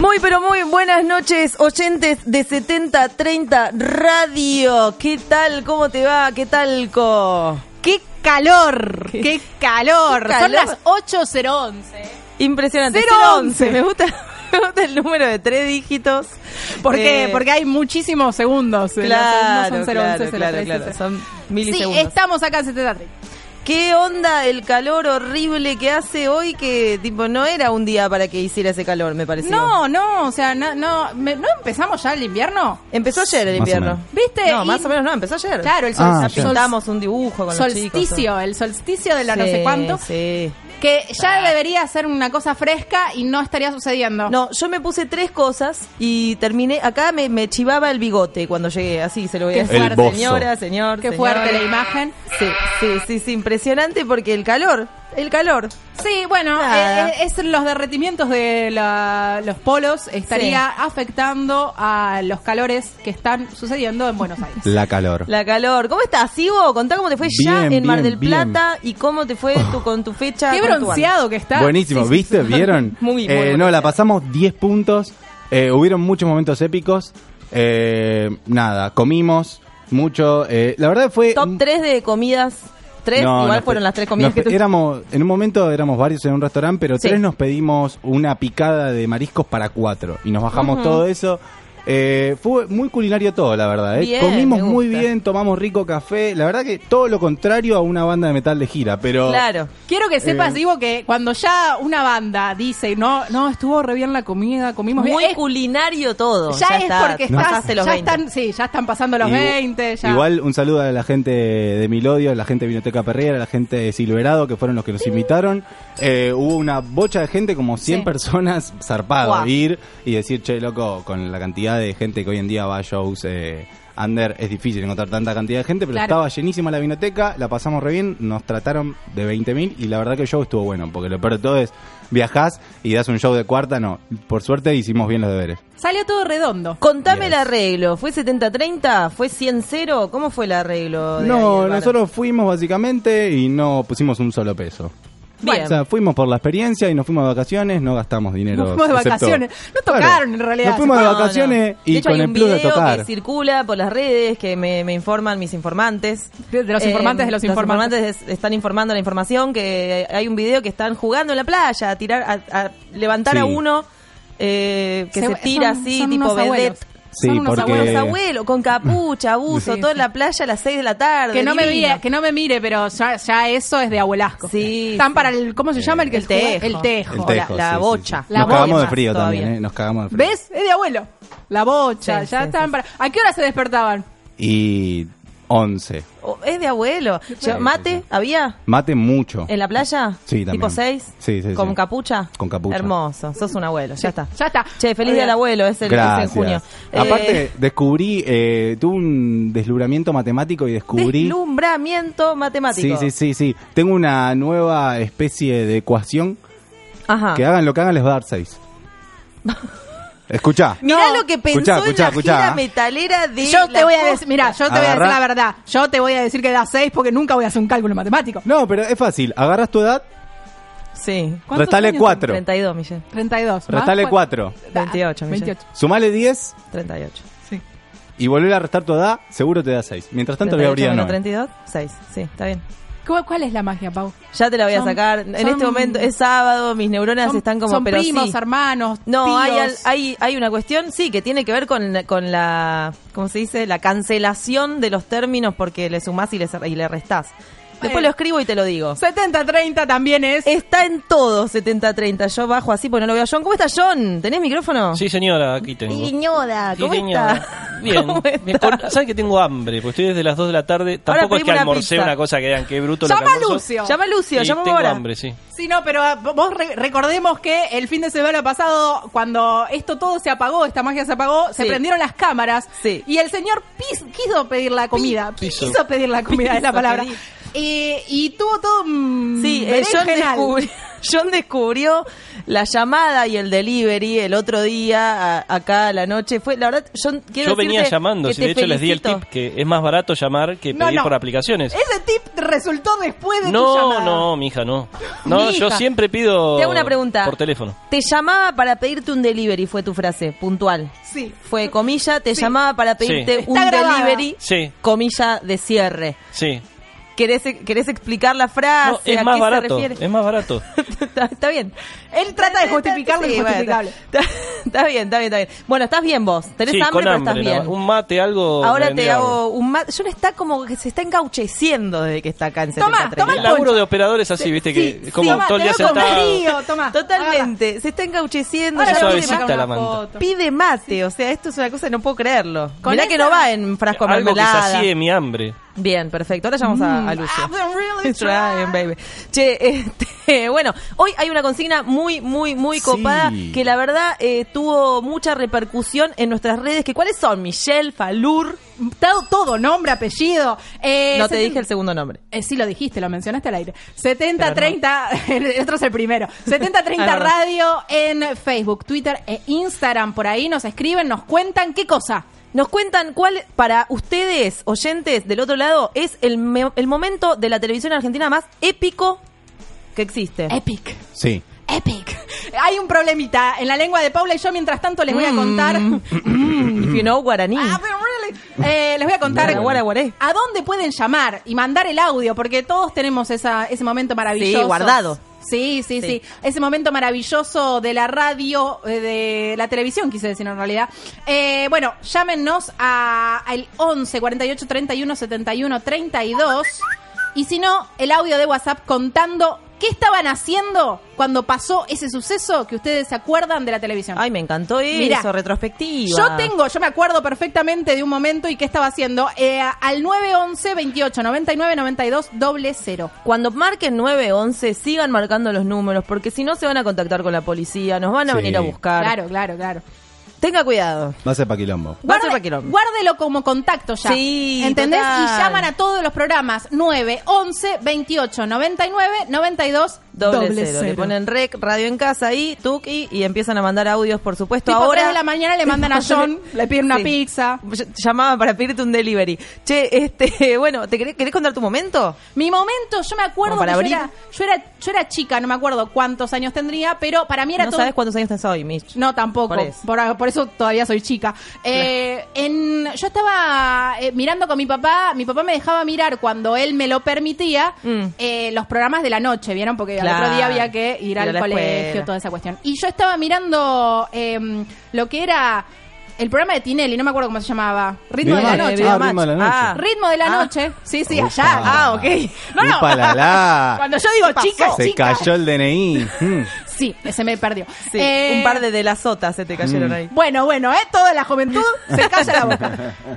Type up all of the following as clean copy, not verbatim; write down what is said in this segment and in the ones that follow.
Muy, pero muy buenas noches, oyentes de 7030 Radio. ¿Qué tal? ¿Cómo te va? ¿Qué tal, ¡Qué calor! ¡Qué calor! Son las 8:011. Impresionante. 011. Me gusta el número de 3 dígitos. ¿Por qué? Porque hay muchísimos segundos. Claro, Los segundos son 011, claro. Son milisegundos. Sí, estamos acá en 7030. ¿Qué onda el calor horrible que hace hoy? Que tipo no era un día para que hiciera ese calor, me pareció. No, o sea, ¿no empezamos ya el invierno? Empezó ayer el invierno. ¿Viste? No, más o menos no, empezó ayer. Claro, el pintamos un dibujo con los chicos. El solsticio de la no sé cuánto. Sí. Que ya debería ser una cosa fresca y no estaría sucediendo. No, yo me puse 3 cosas y terminé. Acá me chivaba el bigote cuando llegué. Así se lo voy a decir. Fuerte. Señora, señor. Qué fuerte la imagen. Sí, impresionante porque el calor. Sí, bueno, es los derretimientos de los polos estaría afectando a los calores que están sucediendo en Buenos Aires. La calor. ¿Cómo estás, Ivo? Contá cómo te fue ya en Mar del Plata y cómo te fue con tu fecha. Qué bronceado que está. Buenísimo, Sí. ¿viste? ¿Vieron? Muy no, la pasamos 10 puntos. Hubieron muchos momentos épicos. Nada, comimos mucho. La verdad fue... Top 3 de comidas. 3, igual fueron las 3 comidas que tú... En un momento éramos varios en un restaurante, pero 3 nos pedimos una picada de mariscos para 4 y nos bajamos todo eso. Fue muy culinario todo, la verdad. Bien, comimos muy bien, tomamos rico café. La verdad que todo lo contrario a una banda de metal de gira, pero... Claro. Quiero que sepas, Ivo, que cuando ya una banda dice, no, estuvo re bien la comida, comimos bien. Muy culinario todo. Ya es está, porque pasaste los 20. Ya están pasando los 20. Ya. Igual un saludo a la gente de Milodio, a la gente de Vinoteca Perriera, a la gente de Silverado, que fueron los que nos invitaron. Hubo una bocha de gente, como 100 personas, zarpado, ir y decir, che, loco, con la cantidad de gente que hoy en día va a shows under, es difícil encontrar tanta cantidad de gente, pero estaba llenísima la vinoteca, la pasamos re bien, nos trataron de 20.000 y la verdad que el show estuvo bueno, porque lo peor de todo es, viajás y das un show de cuarta, por suerte hicimos bien los deberes. Salió todo redondo. Contame el arreglo, ¿fue 70-30? ¿Fue 100-0? ¿Cómo fue el arreglo? No, nosotros fuimos básicamente y no pusimos un solo peso. Bien. O sea, fuimos por la experiencia y nos fuimos de vacaciones, no gastamos dinero. Nos fuimos de vacaciones, no tocaron en realidad. Nos fuimos de vacaciones y de hecho, con el plus de tocar. hay un video que circula por las redes que me informan mis informantes. De los informantes de los informantes. Los informantes están informando la información que hay un video que están jugando en la playa, a levantar a uno que se tira así, tipo vedette. Sí, son unos porque... abuelos, con capucha, buzo, todo en la playa a las 6 de la tarde. Que no me mire, pero ya eso es de abuelasco. Sí. Están para el, ¿cómo se llama? El tejo. El tejo, la bocha. Sí. Nos cagamos de frío también, Nos cagamos de frío. ¿Ves? Es de abuelo. La bocha, ya están para... ¿A qué hora se despertaban? Y 11. Es de abuelo. ¿Mate había? Mate mucho. ¿En la playa? Sí, también. ¿Tipo 6? Sí. ¿Con capucha? Con capucha. Hermoso, sos un abuelo, ya está. Ya está. Che, feliz día del abuelo, es en junio. Aparte, descubrí, tuve un deslumbramiento matemático y descubrí... Deslumbramiento matemático. Sí. Tengo una nueva especie de ecuación. Ajá. Que hagan lo que hagan les va a dar 6. Escuchá. Mirá lo que pensó en la gira metalera de yo te voy a decir, la verdad. Yo te voy a decir que da 6 porque nunca voy a hacer un cálculo matemático. No, pero es fácil. Agarras tu edad. Sí. Restale 4. 32, Michelle. 32. Restale 4. 28, Michelle. 28. Sumale 10. 38. Sí. Y volver a restar tu edad, seguro te da 6. Mientras tanto le voy a abrir a 9. 32, 6. Sí, está bien. ¿Cuál es la magia, Pau? Ya te la voy a sacar. En este momento es sábado, mis neuronas están como... Son pero primos, sí. hermanos, No, tíos. hay una cuestión, sí, que tiene que ver con la... ¿Cómo se dice? La cancelación de los términos porque le sumás y le restás. Después lo escribo y te lo digo. 70-30 también es... Está en todo 70-30. Yo bajo así porque no lo veo a John. ¿Cómo está John? ¿Tenés micrófono? Sí, señora, aquí tengo. Señora, ¿cómo está? Bien. ¿Cómo está? ¿Sabes que tengo hambre? Porque estoy desde las 2 de la tarde. Tampoco es que almorcé una cosa que vean que bruto lo que Llama a almorzó. Lucio. Llama a Lucio, Y llama tengo ahora. hambre, sí. Sí, no, pero vos recordemos que el fin de semana pasado, cuando esto todo se apagó, esta magia se apagó, se prendieron las cámaras y el señor quiso pedir la comida. Quiso pedir la comida, es la palabra. Y tuvo todo Sí, John John descubrió la llamada y el delivery el otro día, acá a la noche. Fue, la verdad, yo venía llamando, si de hecho les di el tip que es más barato llamar que pedir por aplicaciones. Ese tip resultó después de tu llamada. No, mija, no. No, yo siempre pido Te hago una pregunta. Por teléfono. Te llamaba para pedirte un delivery, fue tu frase, puntual. Sí. Fue comilla, te llamaba para pedirte un delivery, comilla de cierre. Sí. ¿Querés explicar la frase? No, es ¿A más qué barato, se refiere? es más barato. Está bien. Él trata de justificar lo injustificable. Está bien. Bueno, estás bien vos. Tenés hambre, pero estás bien. Un mate, algo. Ahora te hago un mate. John está como que se está encaucheciendo desde que está acá en 73. Toma el laburo de operadores así, viste, que como todo el día sentado. Totalmente. Se está encaucheciendo. Ya suavecita la manta. Pide mate. O sea, esto es una cosa que no puedo creerlo. Mirá que no va en frasco de mermelada. Algo que sacie mi hambre. Bien, perfecto. Ahora llamamos a Lucio. Trying, baby. Che, bueno, hoy hay una consigna muy copada que la verdad tuvo mucha repercusión en nuestras redes. ¿Cuáles son? Michelle, Falur. Todo, nombre, apellido. No te dije el segundo nombre. Sí, lo dijiste, lo mencionaste al aire. 7030, el otro es el primero. 7030 Radio en Facebook, Twitter e Instagram. Por ahí nos escriben, nos cuentan qué cosa. Nos cuentan cuál, para ustedes, oyentes del otro lado, es el momento de la televisión argentina más épico que existe. Epic. Sí. Epic. Hay un problemita en la lengua de Paula y yo, mientras tanto, les voy a contar. If you know guaraní. Les voy a contar a dónde pueden llamar y mandar el audio, porque todos tenemos ese momento maravilloso. Sí, guardado. Sí. Ese momento maravilloso de la radio, de la televisión, quise decir en realidad. Bueno, llámenos al 11 48 31 71 32. Y si no, el audio de WhatsApp contando qué estaban haciendo cuando pasó ese suceso que ustedes se acuerdan de la televisión. Ay, me encantó eso. Mirá, retrospectiva. Yo me acuerdo perfectamente de un momento y qué estaba haciendo. Al 911 28 99 92 00. Cuando marquen 911, sigan marcando los números, porque si no se van a contactar con la policía, nos van a venir a buscar. Claro. Tenga cuidado. Va a ser pa' quilombo. Guárdelo como contacto ya. Sí, ¿entendés? Total. Y llaman a todos los programas 911 28 99 92 00. Le ponen rec, radio en casa ahí, tuki, y empiezan a mandar audios, por supuesto. Tipo ahora 3 de la mañana le mandan a John, le piden una pizza. Llamaban para pedirte un delivery. Che, bueno, ¿querés contar tu momento? Mi momento, yo me acuerdo que yo era chica, no me acuerdo cuántos años tendría, pero para mí era todo. ¿No sabes cuántos años tenés hoy, Mitch? No, tampoco. Por eso todavía soy chica. Yo estaba mirando con mi papá me dejaba mirar cuando él me lo permitía los programas de la noche, ¿vieron? Porque al otro día había que ir al colegio, toda esa cuestión. Y yo estaba mirando lo que era el programa de Tinelli, no me acuerdo cómo se llamaba. Ritmo de la noche. Ritmo de la noche. Ritmo de la noche. Sí, allá. Ok. No. Cuando yo digo chica, se cayó el DNI. Sí, ese me perdió. Sí, un par de las sotas se te cayeron ahí. Bueno, toda la juventud se calla la boca.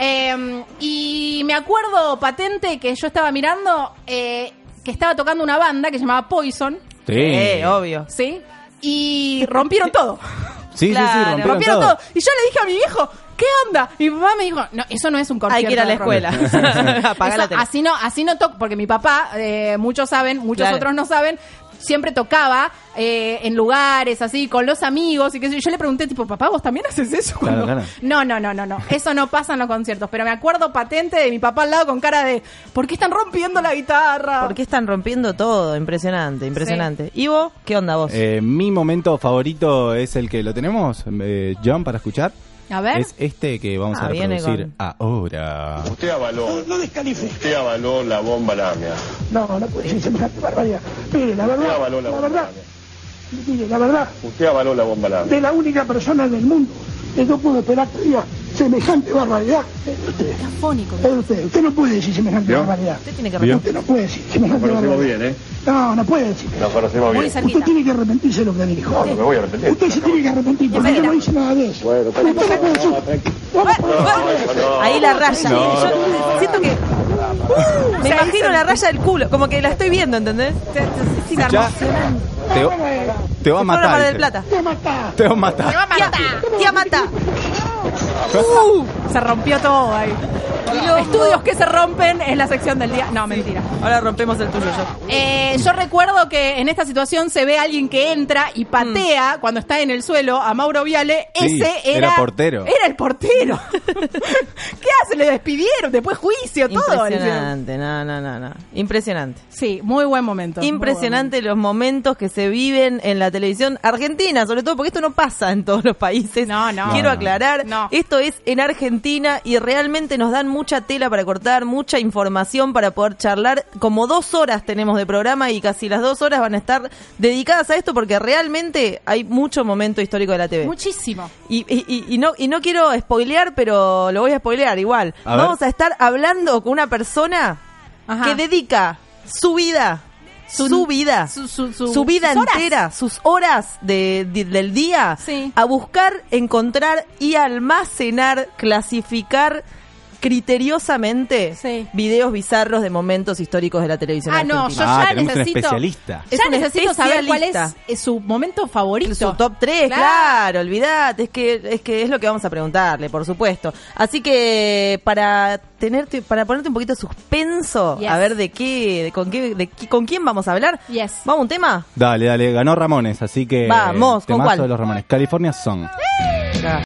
Y me acuerdo patente que yo estaba mirando que estaba tocando una banda que se llamaba Poison. Sí. Obvio. Sí. Y rompieron todo. Sí, rompieron todo. Y yo le dije a mi viejo, ¿qué onda? Y mi papá me dijo, no, eso no es un concierto. Hay que ir a la escuela. Apaga la tele. Así no toco, porque mi papá, muchos saben, muchos otros no saben, siempre tocaba en lugares así, con los amigos, y que yo le pregunté, tipo, papá, ¿vos también haces eso? Claro. No, eso no pasa en los conciertos, pero me acuerdo patente de mi papá al lado con cara de, ¿por qué están rompiendo la guitarra? ¿Por qué están rompiendo todo? Impresionante. Sí. Ivo, ¿qué onda vos? Mi momento favorito es el que lo tenemos, John, para escuchar. A ver. Es este que vamos a reproducir ahora. Usted avaló. No descalifique. Usted avaló la bomba lámina. No puede ser semejante barbaridad. Mire, la verdad. Usted avaló la bomba lámina. Mire, la verdad. Usted avaló la bomba lámina. De la única persona del mundo que no pudo esperar que diga semejante barbaridad. Usted. Afónico. Usted no puede decir semejante barbaridad. Usted tiene que arrepentirse. Usted no puede decir semejante barbaridad. Nos conocemos bien, No puede decir. Nos conocemos bien. Usted tiene que arrepentirse de lo que dijo. No me voy a arrepentir. Usted se tiene que arrepentir porque yo no hice nada de eso. Bueno, usted no puede decir. Ahí la raya. Yo siento que me imagino la raya del culo, como que la estoy viendo, ¿entendés? Es emocionante. Te va a matar. Mar del Plata. Te va a matar. Tía Mata. Se rompió todo ahí. Estudios que se rompen es la sección del día. No, mentira. Ahora rompemos el tuyo yo. Yo recuerdo que en esta situación se ve a alguien que entra y patea cuando está en el suelo a Mauro Viale. Sí, Ese era portero. Era el portero. ¿Qué hace? Le despidieron, después juicio, todo. Impresionante, no. Impresionante. Sí, muy buen momento. Impresionante los momentos que se viven en la televisión argentina, sobre todo porque esto no pasa en todos los países. No. Quiero aclarar, No. esto es en Argentina y realmente nos dan mucha tela para cortar, mucha información para poder charlar. Como 2 horas tenemos de programa y casi las 2 horas van a estar dedicadas a esto porque realmente hay mucho momento histórico de la TV. Muchísimo. Y no quiero spoilear, pero lo voy a spoilear igual. Vamos a estar hablando con una persona que dedica su vida, su vida entera, sus horas del día a buscar, encontrar y almacenar, clasificar criteriosamente videos bizarros de momentos históricos de la televisión argentina. Yo ya necesito necesito. un especialista. Ya necesito saber cuál es su momento favorito. Su top 3, claro, olvidate, es que es lo que vamos a preguntarle, por supuesto. Así que para ponerte un poquito de suspenso, a ver con quién vamos a hablar. ¿Vamos a un tema? Dale, ganó Ramones, así que vamos, ¿con cuál? De los Ramones, California Song.